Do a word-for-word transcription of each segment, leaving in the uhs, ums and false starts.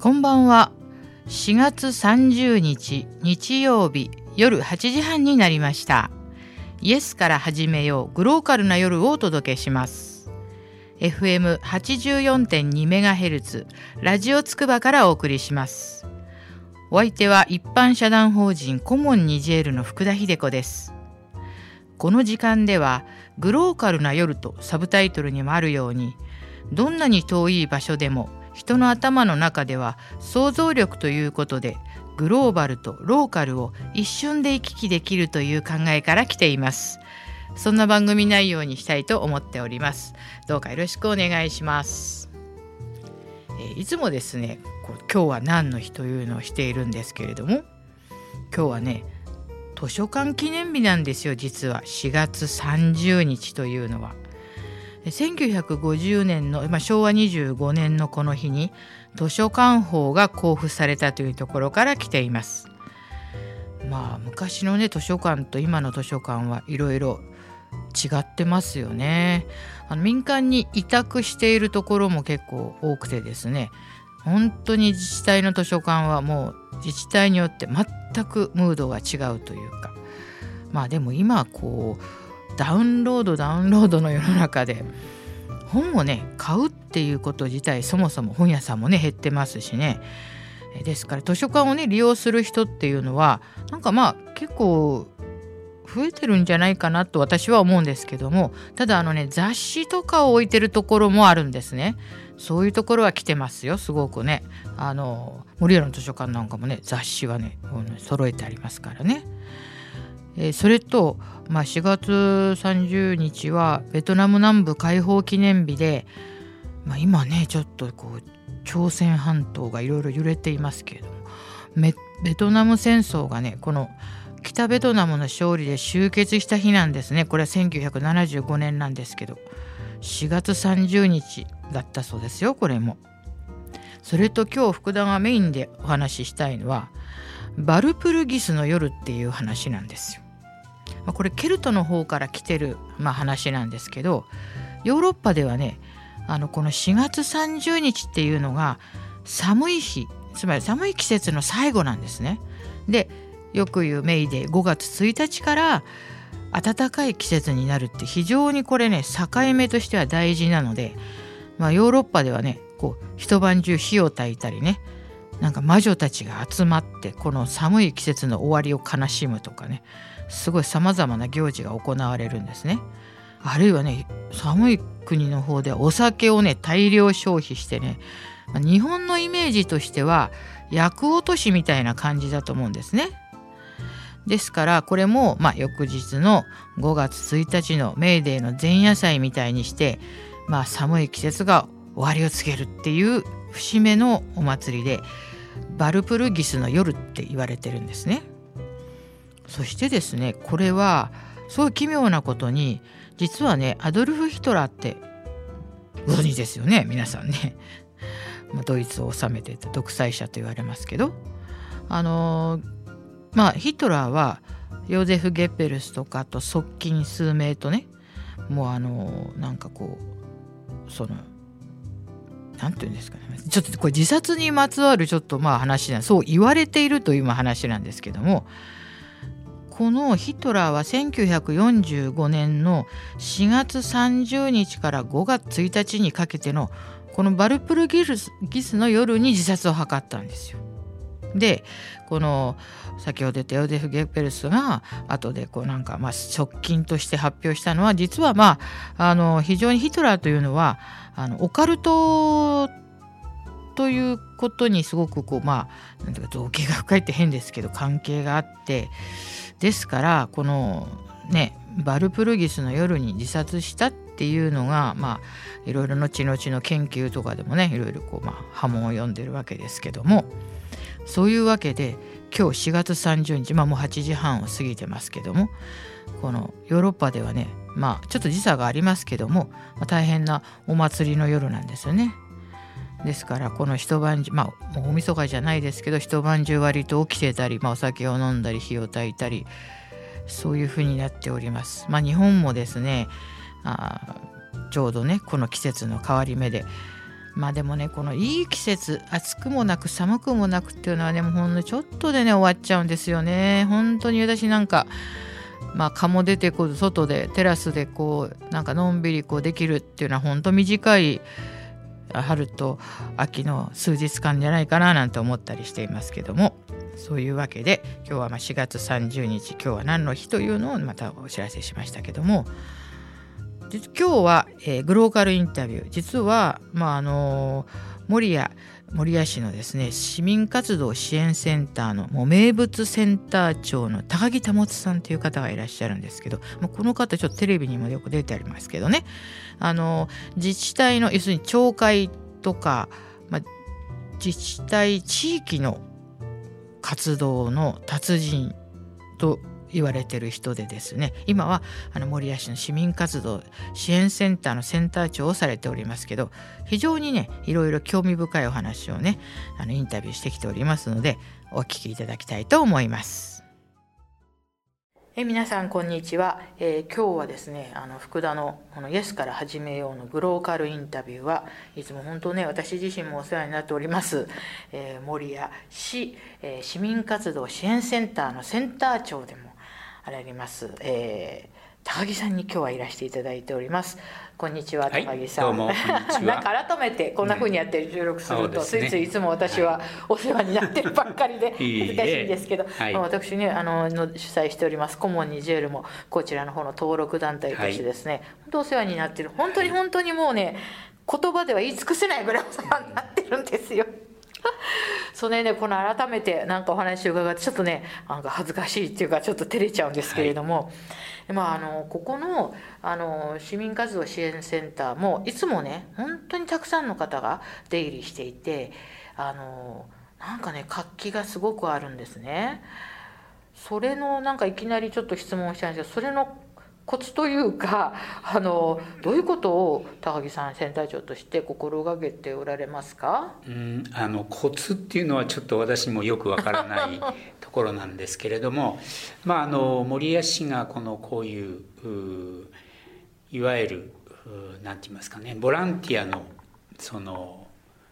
こんばんは。しがつさんじゅうにち日曜日夜はちじはんになりました。イエスから始めようグローカルな夜をお届けします。 エフエムはちじゅうよんてんにメガヘルツ ラジオつくばからお送りします。お相手は一般社団法人コモンニジェールの福田秀子です。この時間ではグローカルな夜とサブタイトルにもあるように、どんなに遠い場所でも人の頭の中では想像力ということで、グローバルとローカルを一瞬で行き来できるという考えから来ています。そんな番組内容にしたいと思っております。どうかよろしくお願いします。えー、いつもですねこう今日は何の日というのをしているんですけれども、今日はね図書館記念日なんですよ。実はしがつさんじゅうにちというのはせんきゅうひゃくごじゅうねんの、まあ、しょうわにじゅうごねんのこの日に図書館法が公布されたというところから来ています。まあ昔のね図書館と今の図書館はいろいろ違ってますよね。あの民間に委託しているところも結構多くてですね、本当に自治体の図書館はもう自治体によって全くムードが違うというか、まあでも今こうダウンロードダウンロードの世の中で本をね買うっていうこと自体、そもそも本屋さんもね減ってますしね。ですから図書館をね利用する人っていうのはなんかまあ結構増えてるんじゃないかなと私は思うんですけども、ただあのね雑誌とかを置いてるところもあるんですね。そういうところは来てますよ、すごくね。あの森浦の図書館なんかもね雑誌はね揃えてありますからね。えー、それと、まあ、しがつさんじゅうにちはベトナム南部解放記念日で、まあ、今ねちょっとこう朝鮮半島がいろいろ揺れていますけれども、ベトナム戦争がねこの北ベトナムの勝利で終結した日なんですね。これはせんきゅうひゃくななじゅうごねんなんですけど、しがつさんじゅうにちだったそうですよ、これも。それと今日福田がメインでお話ししたいのはバルプルギスの夜っていう話なんですよ。まあ、これケルトの方から来てる、まあ、話なんですけど、ヨーロッパではねあのこのしがつさんじゅうにちっていうのが寒い日、つまり寒い季節の最後なんですね。でよく言うメイデーごがつついたちから暖かい季節になるって非常にこれね境目としては大事なので、まあ、ヨーロッパではねこう一晩中火を焚いたりね、なんか魔女たちが集まってこの寒い季節の終わりを悲しむとかね、すごいさまざまな行事が行われるんですね。あるいはね寒い国の方ではお酒をね大量消費してね、日本のイメージとしては厄落としみたいな感じだと思うんですね。ですからこれもまあ翌日のごがつついたちのメーデーの前夜祭みたいにして、まあ寒い季節が終わりを告げるっていう節目のお祭りでバルプルギスの夜って言われてるんですね。そしてですねこれはすごい奇妙なことに、実はねアドルフ・ヒトラーってご存知ですよね皆さんね。ドイツを治めていた独裁者と言われますけど、あのまあヒトラーはヨーゼフ・ゲッベルスとかと側近数名とね、もうあのなんかこうそのなんていうんですかね、ちょっとこれ自殺にまつわるちょっとまあ話なん、そう言われているという話なんですけども、このヒトラーはせんきゅうひゃくよんじゅうごねんのしがつさんじゅうにちからごがつついたちにかけてのこのバルプルギスの夜に自殺を図ったんですよ。でこの先ほど言ったヨーゼフ・ゲッベルスが後でこうなんかまあ側近として発表したのは、実はまああの非常にヒトラーというのはあのオカルトということにすごくこうまあなんていうか造形が深いって変ですけど関係があって、ですからこのねバルプルギスの夜に自殺したっていうのがまあいろいろ後々の研究とかでもねいろいろこうまあ波紋を呼んでるわけですけども、そういうわけで今日しがつさんじゅうにち、まあもうはちじはんを過ぎてますけども、このヨーロッパではねまあちょっと時差がありますけども、まあ、大変なお祭りの夜なんですよね。ですからこの一晩中、まあもう大晦日じゃないですけど一晩中割と起きてたり、まあ、お酒を飲んだり火を焚いたり、そういう風になっております。まあ日本もですねあちょうどねこの季節の変わり目でまあでもね、このいい季節、暑くもなく寒くもなくっていうのはね、もうほんのちょっとでね終わっちゃうんですよね。本当に私なんか、まあ蚊も出てこず外でテラスでこうなんかのんびりこうできるっていうのは本当短い春と秋の数日間じゃないかななんて思ったりしていますけども、そういうわけで今日はまあしがつさんじゅうにち、今日は何の日というのをまたお知らせしましたけども、今日は、えー、グローカルインタビュー、実は、まああの守谷守谷市のですね市民活動支援センターのもう名物センター長の高木保さんという方がいらっしゃるんですけど、まあ、この方ちょっとテレビにもよく出てありますけどね、あの自治体の要するに町会とか、まあ、自治体地域の活動の達人と言われてる人でですね、今はあの守谷市の市民活動支援センターのセンター長をされておりますけど、非常にねいろいろ興味深いお話をねあのインタビューしてきておりますので、お聞きいただきたいと思います。え皆さんこんにちは。えー、今日はですねあの福田のこのイエスから始めようのグローカルインタビューはいつも本当ね私自身もお世話になっております、えー、守谷市、えー、市民活動支援センターのセンター長でもあられます、えー、高木さんに今日はいらしていただいております。こんにちは、高木さん。 はい、どうもこんにちは。 なんか改めてこんな風にやって収録すると、うん、ついついいつも私はお世話になってるばっかりで難しいんですけど、はい、私ねあのの主催しておりますコモンにジェールもこちらの方の登録団体としてですね、はい、本当お世話になってる、本当に本当にもうね言葉では言い尽くせないぐらいお世話になってるんですよ。それねこの改めてなんかお話を伺ってちょっとねなんか恥ずかしいっていうかちょっと照れちゃうんですけれども、はい、まあ、あのここの、あの市民活動支援センターもいつもね本当にたくさんの方が出入りしていて、あのなんかね活気がすごくあるんですね。それのなんかいきなりちょっと質問をしたんですけど、それのコツというかあのどういうことを高木さんセンター長として心がけておられますか？ うん、あのコツっていうのはちょっと私もよくわからないところなんですけれどもまああの守谷市がこのこういう、ういわゆるなんて言いますかねボランティアのその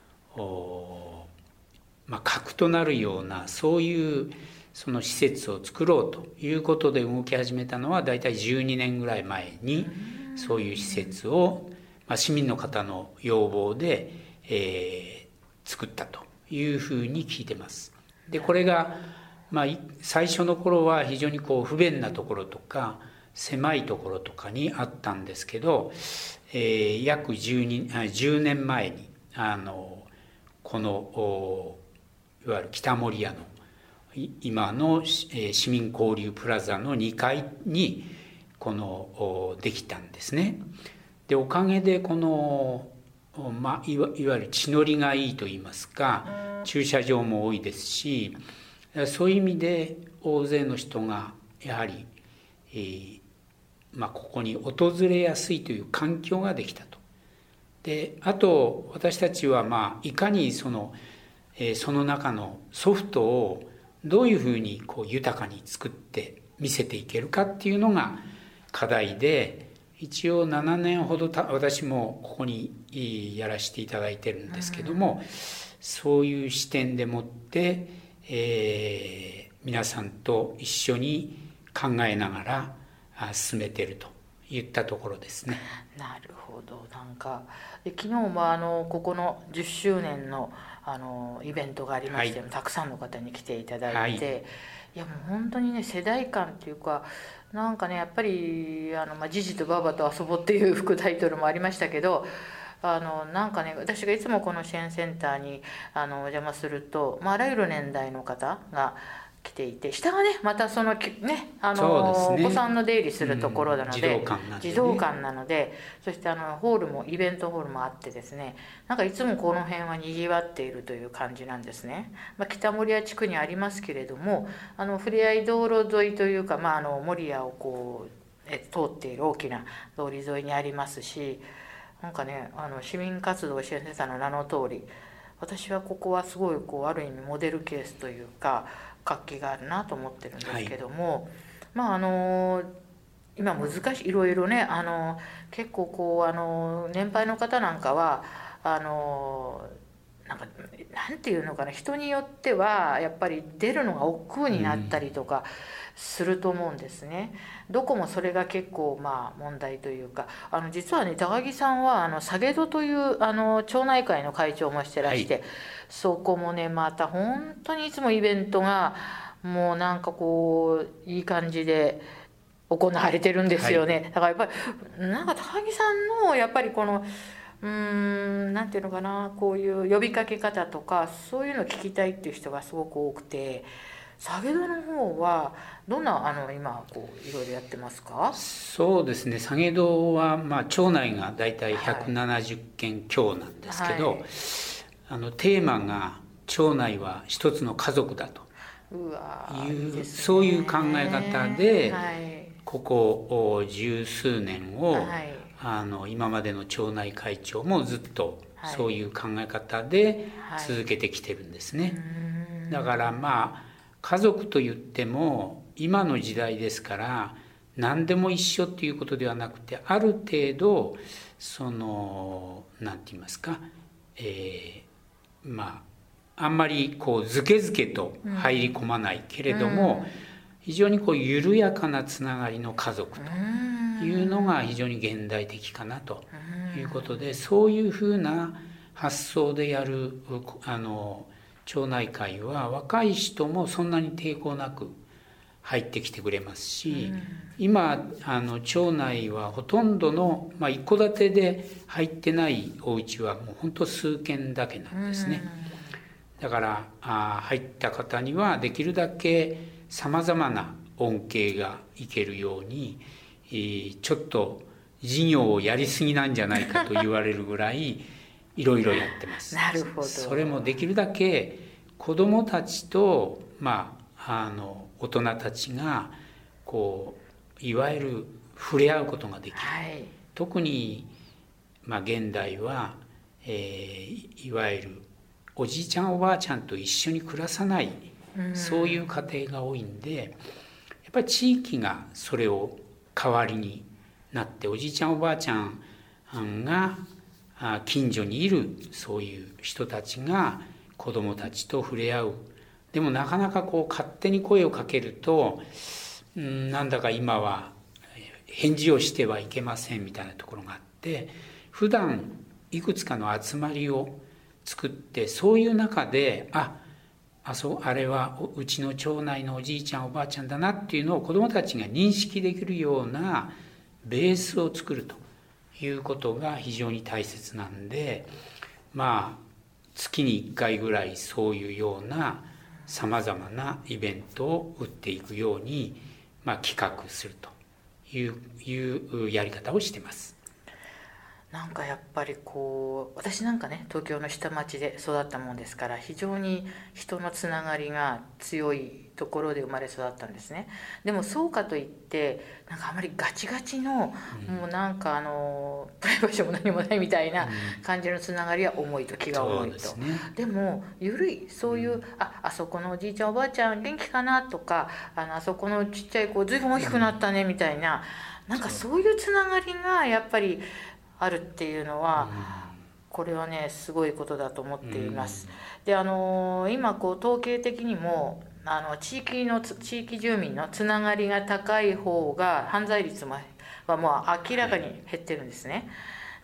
まあ核となるようなそういうその施設を作ろうということで動き始めたのはだいたいじゅうにねんぐらい前にそういう施設を、まあ、市民の方の要望で、えー、作ったというふうに聞いてます。でこれが、まあ、最初の頃は非常にこう不便なところとか狭いところとかにあったんですけど、えー、約じゅうに、じゅうねんまえにあのこのいわゆる北守谷の今の市民交流プラザのにかいにこのできたんですね。でおかげでこの、まあ、いわいわゆる地のりがいいといいますか駐車場も多いですし、そういう意味で大勢の人がやはり、えーまあ、ここに訪れやすいという環境ができたと。であと私たちは、まあ、いかにその、えー、その中のソフトをどういうふうにこう豊かに作って見せていけるかっていうのが課題で、一応ななねんほどた私もここにやらせていただいてるんですけども、うん、そういう視点でもって、えー、皆さんと一緒に考えながら進めてるといったところですね。 なるほど。なんかで昨日もあのここのじゅっしゅうねんのあのイベントがありまして、はい、たくさんの方に来ていただいて、はい、いやもう本当にね世代間っていうかなんかねやっぱりあの、まあ、ジジとババと遊ぼうっていう副タイトルもありましたけど、あのなんかね私がいつもこの支援センターにあのお邪魔すると、まあ、あらゆる年代の方が来ていて、下がねまたそのねあのねお子さんの出入りするところなので、うん、児童館なんでね、児童館なので、そしてあのホールもイベントホールもあってですね、なんかいつもこの辺はにぎわっているという感じなんですね。まあ、北守谷地区にありますけれども、あのふれあい道路沿いというか、まあ、あの守谷をこうえ通っている大きな通り沿いにありますし、なんかねあの市民活動支援センターの名の通り、私はここはすごいこうある意味モデルケースというか活気があるなと思ってるんですけども、はい、まああの今難しいいろいろねあの結構こうあの年配の方なんかはあのなんかなんていうのかな、人によってはやっぱり出るのが億劫になったりとかすると思うんですね。どこもそれが結構まあ問題というか、あの実はね高木さんはあの下げ戸というあの町内会の会長もしてらして、はい、そこもねまた本当にいつもイベントがもうなんかこういい感じで行われてるんですよね、はい、だからやっぱりなんか高木さんのやっぱりこのうーんなんていうのかな、こういう呼びかけ方とかそういうのを聞きたいっていう人がすごく多くて、下げ戸の方はどんなあの今こういろいろやってますか？ そうですね、下げ戸は、まあ、町内がだいたいひゃくななじゅっけん強なんですけど、はい、あのテーマが町内は一つの家族だとうわいう、 いいですね、 そういう考え方で、 はい、 ここ十数年を、 はい、 あの今までの町内会長もずっとそういう考え方で続けてきてるんですね、はい、だからまあ家族といっても今の時代ですから何でも一緒っていうことではなくて、ある程度その何て言いますか、えー、まああんまりこうずけずけと入り込まないけれども、うん、非常にこう緩やかなつながりの家族というのが非常に現代的かなということで、そういうふうな発想でやるあの町内会は若い人もそんなに抵抗なく入ってきてくれますし、今あの町内はほとんどの、まあ、一戸建てで入ってないお家はもう本当数軒だけなんですね。だからあ入った方にはできるだけさまざまな恩恵がいけるように、ちょっと事業をやりすぎなんじゃないかと言われるぐらいいろいろやってます。 なるほど。 それもできるだけ子どもたちと、まあ、あの大人たちがこういわゆる触れ合うことができる、はい、特に、まあ、現代は、えー、いわゆるおじいちゃんおばあちゃんと一緒に暮らさない、うん、そういう家庭が多いんで、やっぱり地域がそれを代わりになって、おじいちゃんおばあちゃんが近所にいるそういう人たちが子どもたちと触れ合う。でもなかなかこう勝手に声をかけると、うん、なんだか今は返事をしてはいけませんみたいなところがあって、普段いくつかの集まりを作って、そういう中でああそうあれはうちの町内のおじいちゃんおばあちゃんだなっていうのを子どもたちが認識できるようなベースを作るということが非常に大切なんで、まあ月にいっかいぐらいそういうようなさまざまなイベントを打っていくように、まあ、企画するという、いうやり方をしています。 なんかやっぱりこう私なんかね東京の下町で育ったもんですから、非常に人のつながりが強いところで生まれ育ったんですね。でもそうかといってなんかあまりガチガチの、うん、もうなんかあのプライバシーも何もないみたいな感じのつながりは重いと、気が重いと、そうですね、でも緩いそういう、うん、ああそこのおじいちゃんおばあちゃん元気かなとか、あのあそこのちっちゃい子ずいぶん大きくなったねみたいな、なんかそういうつながりがやっぱりあるっていうのは、うん、これはねすごいことだと思っています、うん、であの今こう統計的にもあの地域の地域住民のつながりが高い方が犯罪率もはもう明らかに減ってるんですね、はい、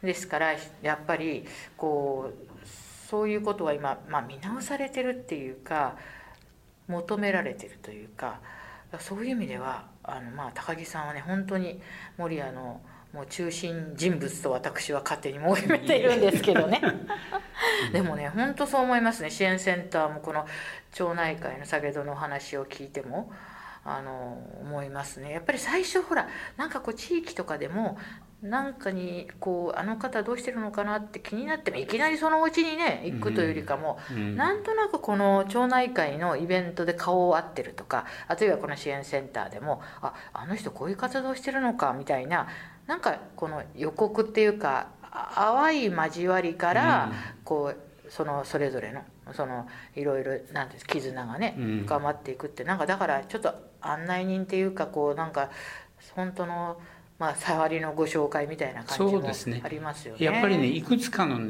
ですからやっぱりこうそういうことは今、まあ、見直されてるっていうか求められてるというか、そういう意味ではあの、まあ、高木さんはね本当に守谷のもう中心人物と私は勝手に申しめているんですけどねでもね本当そう思いますね。支援センターもこの町内会の下げ戸のお話を聞いてもあの思いますね。やっぱり最初ほらなんかこう地域とかでもなんかにこうあの方どうしてるのかなって気になってもいきなりそのお家にね行くというよりかも、うん、なんとなくこの町内会のイベントで顔を合ってるとか、あるいはこの支援センターでもああの人こういう活動してるのかみたいな、なんかこの予告っていうか淡い交わりからこうそのそれぞれのそのいろいろなんです絆がね深まっていくって、なんかだからちょっと案内人っていうかこうなんか本当のまあ触りのご紹介みたいな感じもありますよね。 やっぱりねいくつかのね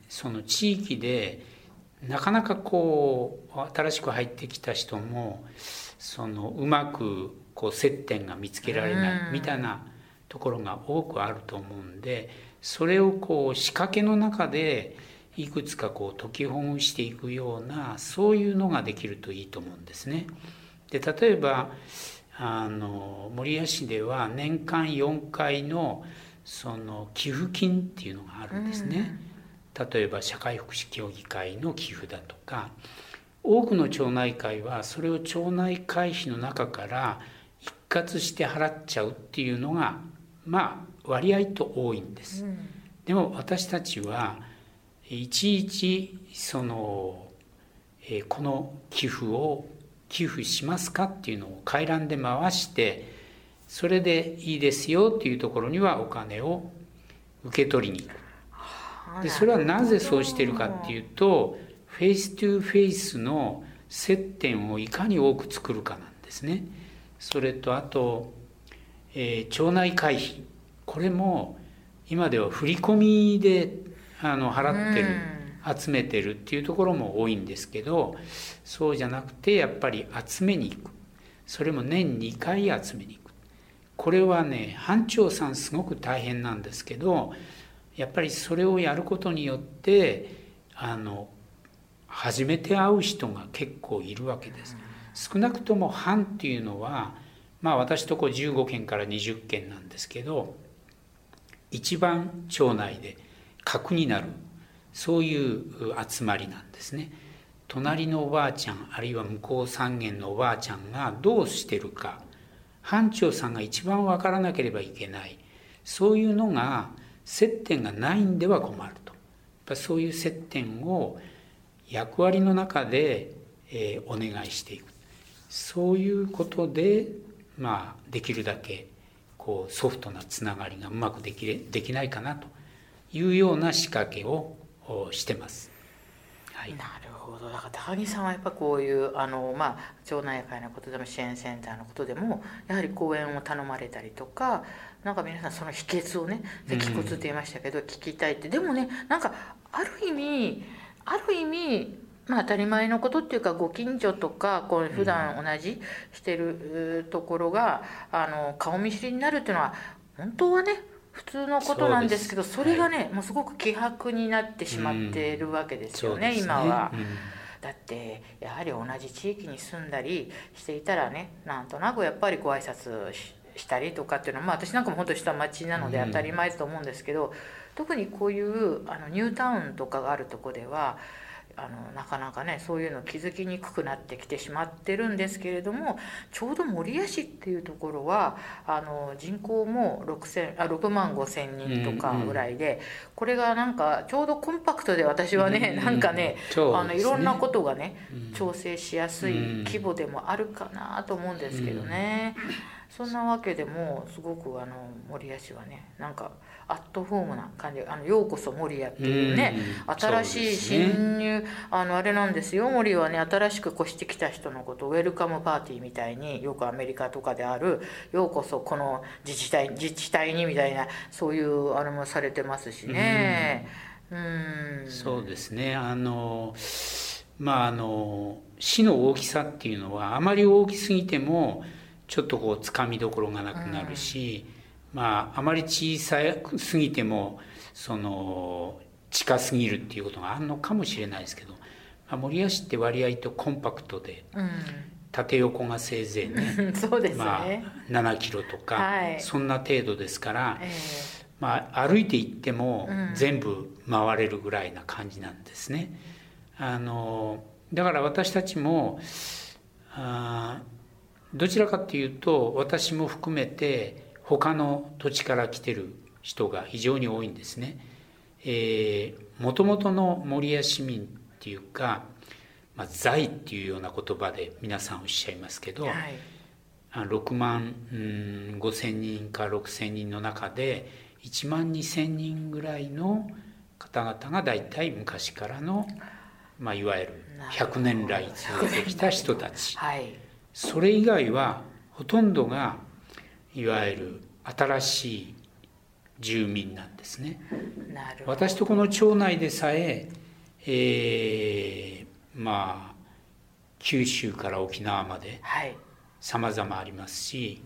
その地域でなかなかこう新しく入ってきた人もそのうまくこう接点が見つけられないみたいなところが多くあると思うんで、それをこう仕掛けの中でいくつかこう解きほぐしていくような、そういうのができるといいと思うんですね。で例えばあの守谷市では年間よんかいのその寄付金っていうのがあるんですね。例えば社会福祉協議会の寄付だとか、多くの町内会はそれを町内会費の中から一括して払っちゃうっていうのがまあ割合と多いんです。でも私たちはいちいちその、えー、この寄付を寄付しますかっていうのを回覧で回して、それでいいですよっていうところにはお金を受け取りに行く。でそれはなぜそうしているかっていうと、フェイストゥフェイスの接点をいかに多く作るかなんですね。それとあと、えー、町内会費、これも今では振り込みであの払ってる、集めてるっていうところも多いんですけど、そうじゃなくてやっぱり集めに行く。それも年にかい集めに行く。これはね、班長さんすごく大変なんですけど、やっぱりそれをやることによってあの初めて会う人が結構いるわけです。少なくとも班っていうのは、まあ私とこじゅうごけんからにじゅっけんなんですけど、一番町内で核になる、そういう集まりなんですね。隣のおばあちゃん、あるいは向こう三軒のおばあちゃんがどうしてるか、班長さんが一番分からなければいけない、そういうのが接点がないんでは困ると。やっぱそういう接点を役割の中で、えー、お願いしていく。そういうことで、まあ、できるだけこうソフトなつながりがうまくできれ、できないかなというような仕掛けをしてます。はい、 なるほど。だから高木さんはやっぱこういうあの、まあ、町内会のことでも支援センターのことでもやはり講演を頼まれたりとか、なんか皆さんその秘訣をね、気骨って言いましたけど、うん、聞きたいって。でもね、なんかある意味ある意味まあ当たり前のことっていうか、ご近所とかこう普段同じしてるところが、うん、あの顔見知りになるっていうのは本当はね普通のことなんですけど、 そ, それがね、はい、もうすごく希薄になってしまっているわけですよね、うん、今は、うん、だってやはり同じ地域に住んだりしていたらね、なんとなくやっぱりご挨拶ししたりとかっていうのは、まあ、私なんかも本当下町なので当たり前だと思うんですけど、うん、特にこういうあのニュータウンとかがあるとこではあのなかなかねそういうの気づきにくくなってきてしまってるんですけれども、ちょうど守谷市っていうところはあの人口もろくまんごせんにんとかぐらいで、うんうん、これがなんかちょうどコンパクトで、私はね、うん、なんかね、うん、あのいろんなことがね、うん、調整しやすい規模でもあるかなと思うんですけどね、うん、そんなわけでもすごくあの守谷市はね、なんかアットホームな感じ、あのようこそ守谷っていうね、うん、新しい新入、ね、あのあれなんですよ、守谷はね、新しく越してきた人のことをウェルカムパーティーみたいに、よくアメリカとかであるようこそこの自治体自治体にみたいな、そういうあれもされてますしね。うん、うん、 そうですね。あのまああの市の大きさっていうのはあまり大きすぎてもちょっとこうつかみどころがなくなるし、うん、まあ、あまり小さすぎてもその近すぎるっていうことがあるのかもしれないですけど、まあ、守谷市って割合とコンパクトで、うん、縦横がせいぜいねそうですね、 まあ、ななキロとか、はい、そんな程度ですから、えーまあ、歩いて行っても全部回れるぐらいな感じなんですね。うん、あのだから私たちもあどちらかというと、私も含めて他の土地から来てる人が非常に多いんですね。えー、もともとの守谷市民っていうか、まあ、在っていうような言葉で皆さんおっしゃいますけど、はい、ろくまんごせんにんかろくせんにんの中でいちまんにせんにんぐらいの方々がだいたい昔からの、まあ、いわゆるひゃくねん来続いてきた人たち、はい、それ以外はほとんどがいわゆる新しい住民なんですね。 なるほど。 私とこの町内でさええー、まあ九州から沖縄まで様々ありますし、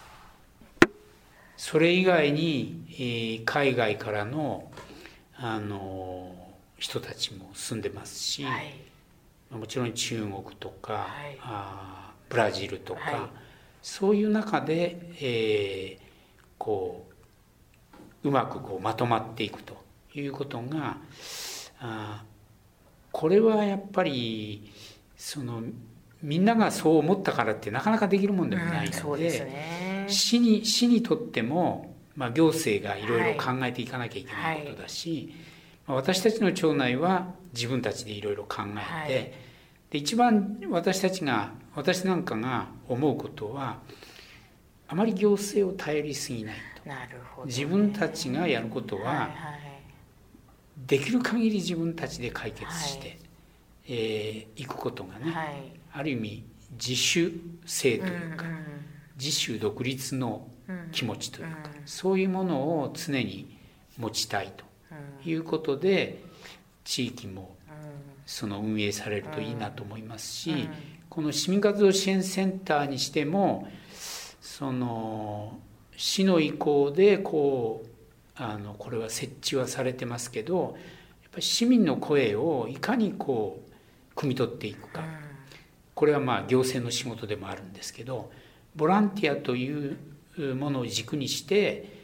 それ以外に、えー、海外からの、あの人たちも住んでますし、はい、もちろん中国とか、はい、あブラジルとか、はい、そういう中で、えー、こううまくこうまとまっていくということが、あこれはやっぱりそのみんながそう思ったからってなかなかできるもんでもないので、うん、そうですね、市に、市にとっても、まあ、行政がいろいろ考えていかなきゃいけないことだし、はい、私たちの町内は自分たちでいろいろ考えて、はい、で一番私たちが私なんかが思うことは、あまり行政を頼りすぎないと。なるほどね、自分たちがやることは、はいはい、できる限り自分たちで解決して、はい、えー、いくことがね、はい、ある意味自主性というか、うんうん、自主独立の気持ちというか、うん、そういうものを常に持ちたいということで、地域もその運営されるといいなと思いますし、うんうん、この市民活動支援センターにしても、その市の意向でこうあのこれは設置はされてますけど、やっぱり市民の声をいかにこう汲み取っていくか、これはまあ行政の仕事でもあるんですけど、ボランティアというものを軸にして、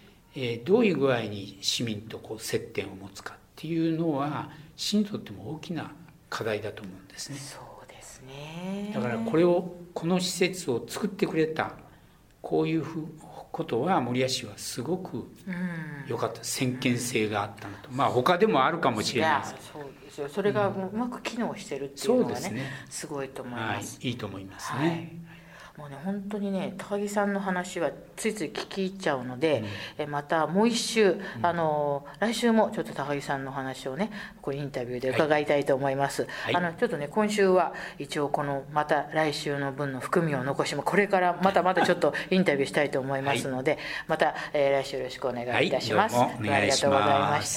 えー、どういう具合に市民とこう接点を持つかっていうのは市にとっても大きな課題だと思うんですね。 そうですね。 だからこれをこの施設を作ってくれたこういうことは守谷市はすごく良かった、うん、先見性があったのと、まあ他でもあるかもしれないですけど、 そうですよ、それがうまく機能してるっていうのが ね,、うん、そうですね、すごいと思います、 はい、いいと思いますね、 はい、もうね本当にね高木さんの話はついつい聞き入っちゃうので、うん、えまたもう一週、うん、あの来週もちょっと高木さんの話をねこれインタビューで伺いたいと思います、はい、あのちょっとね今週は一応このまた来週の分の含みを残しもこれからまたまたちょっとインタビューしたいと思いますので、はい、また、えー、来週よろしくお願いいたします、はい、どうもお願いします。ありがとうございました。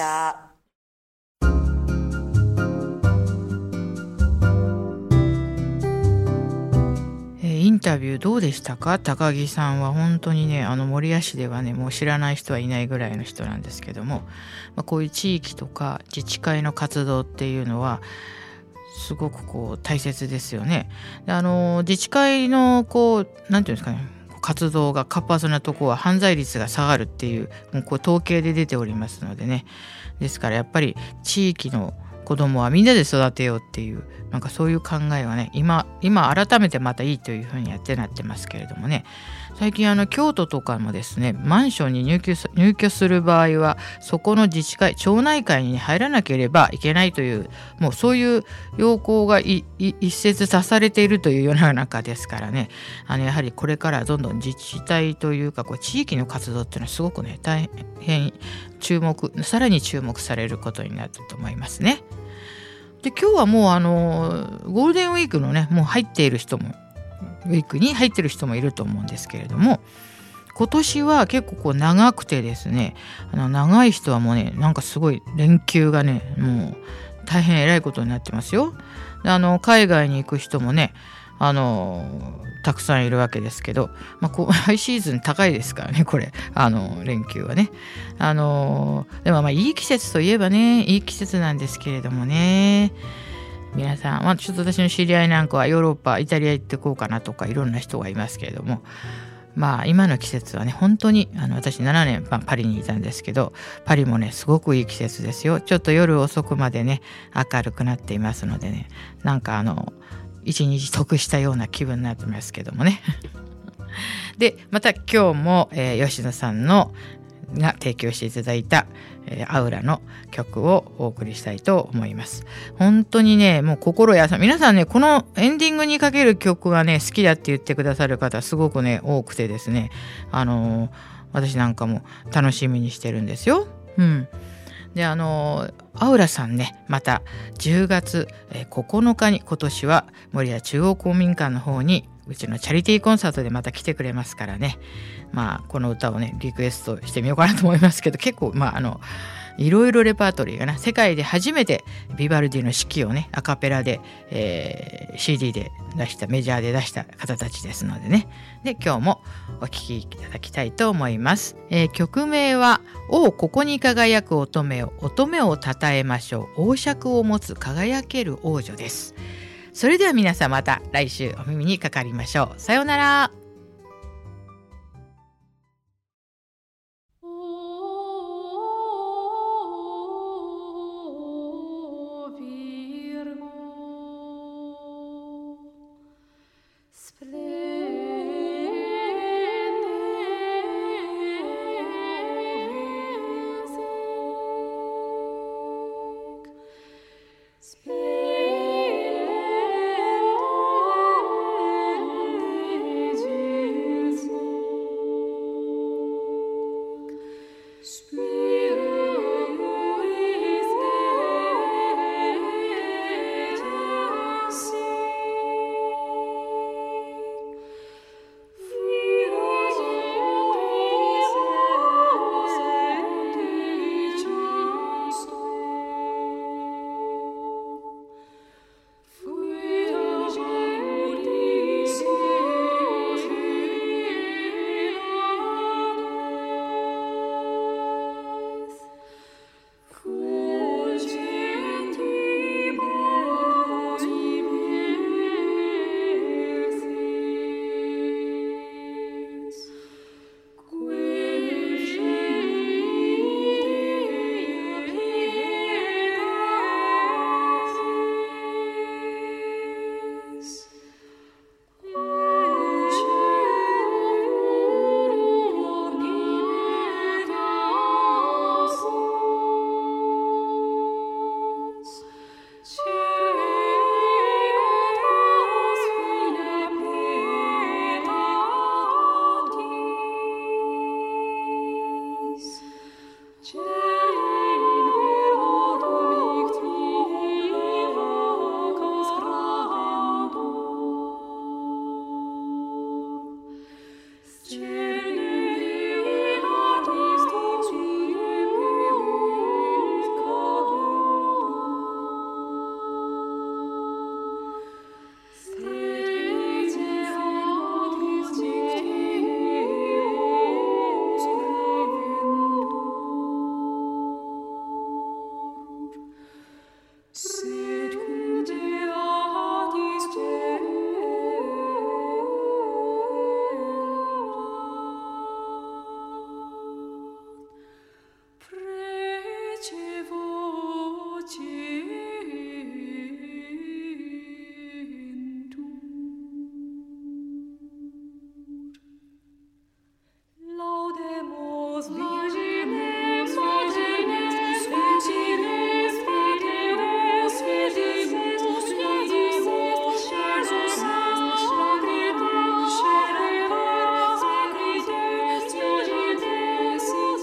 インタビューどうでしたか？高木さんは本当にね、あの守谷市ではねもう知らない人はいないぐらいの人なんですけども、まあ、こういう地域とか自治会の活動っていうのはすごくこう大切ですよね。であの自治会のこうなんていうんですかね、活動が活発なところは犯罪率が下がるっていうもうこう統計で出ておりますのでね。ですからやっぱり地域の子供はみんなで育てようっていうなんかそういう考えはね今今改めてまたいいというふうにやってなってますけれどもね、最近あの京都とかもですねマンションに入居す、入居する場合はそこの自治会町内会に入らなければいけないというもうそういう要項がいい一説さされているという世の中ですからね、あのやはりこれからどんどん自治体というかこう地域の活動っていうのはすごくね大変注目さらに注目されることになると思いますね。で今日はもうあのゴールデンウィークのねもう入っている人もウィークに入っている人もいると思うんですけれども、今年は結構こう長くてですね、あの長い人はもうねなんかすごい連休がねもう大変偉いことになってますよ。であの海外に行く人もねあのたくさんいるわけですけど、まあ、こうハイシーズン高いですからねこれあの連休はね。あのでもまあいい季節といえばねいい季節なんですけれどもね、皆さん、まあ、ちょっと私の知り合いなんかはヨーロッパイタリア行ってこうかなとかいろんな人がいますけれども、まあ今の季節はね本当にあの私ななねんパリにいたんですけど、パリもねすごくいい季節ですよ。ちょっと夜遅くまでね明るくなっていますのでね、なんかあの一日得したような気分になってますけどもねでまた今日も、えー、吉野さんのが提供していただいた、えー、アウラの曲をお送りしたいと思います。本当にねもう心やさ皆さんねこのエンディングにかける曲がね好きだって言ってくださる方すごくね多くてですね、あのー、私なんかも楽しみにしてるんですよ。うんであのアウラさんねまたじゅうがつここのかに今年は守谷中央公民館の方にうちのチャリティーコンサートでまた来てくれますからね、まあこの歌をねリクエストしてみようかなと思いますけど、結構まああのいろいろレパートリーがな、世界で初めてビバルディの四季をねアカペラで、えー、シーディー で出した、メジャーで出した方たちですのでね。で今日もお聴きいただきたいと思います。えー、曲名は「おうここに輝く乙女を乙女をたたえましょう、王爵を持つ輝ける王女」です。それでは皆さんまた来週お耳にかかりましょう。さようなら。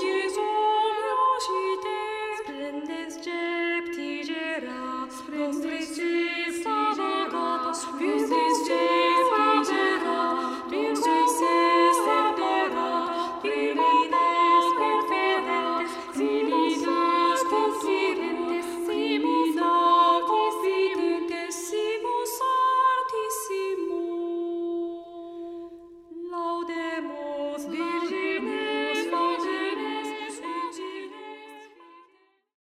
Splendens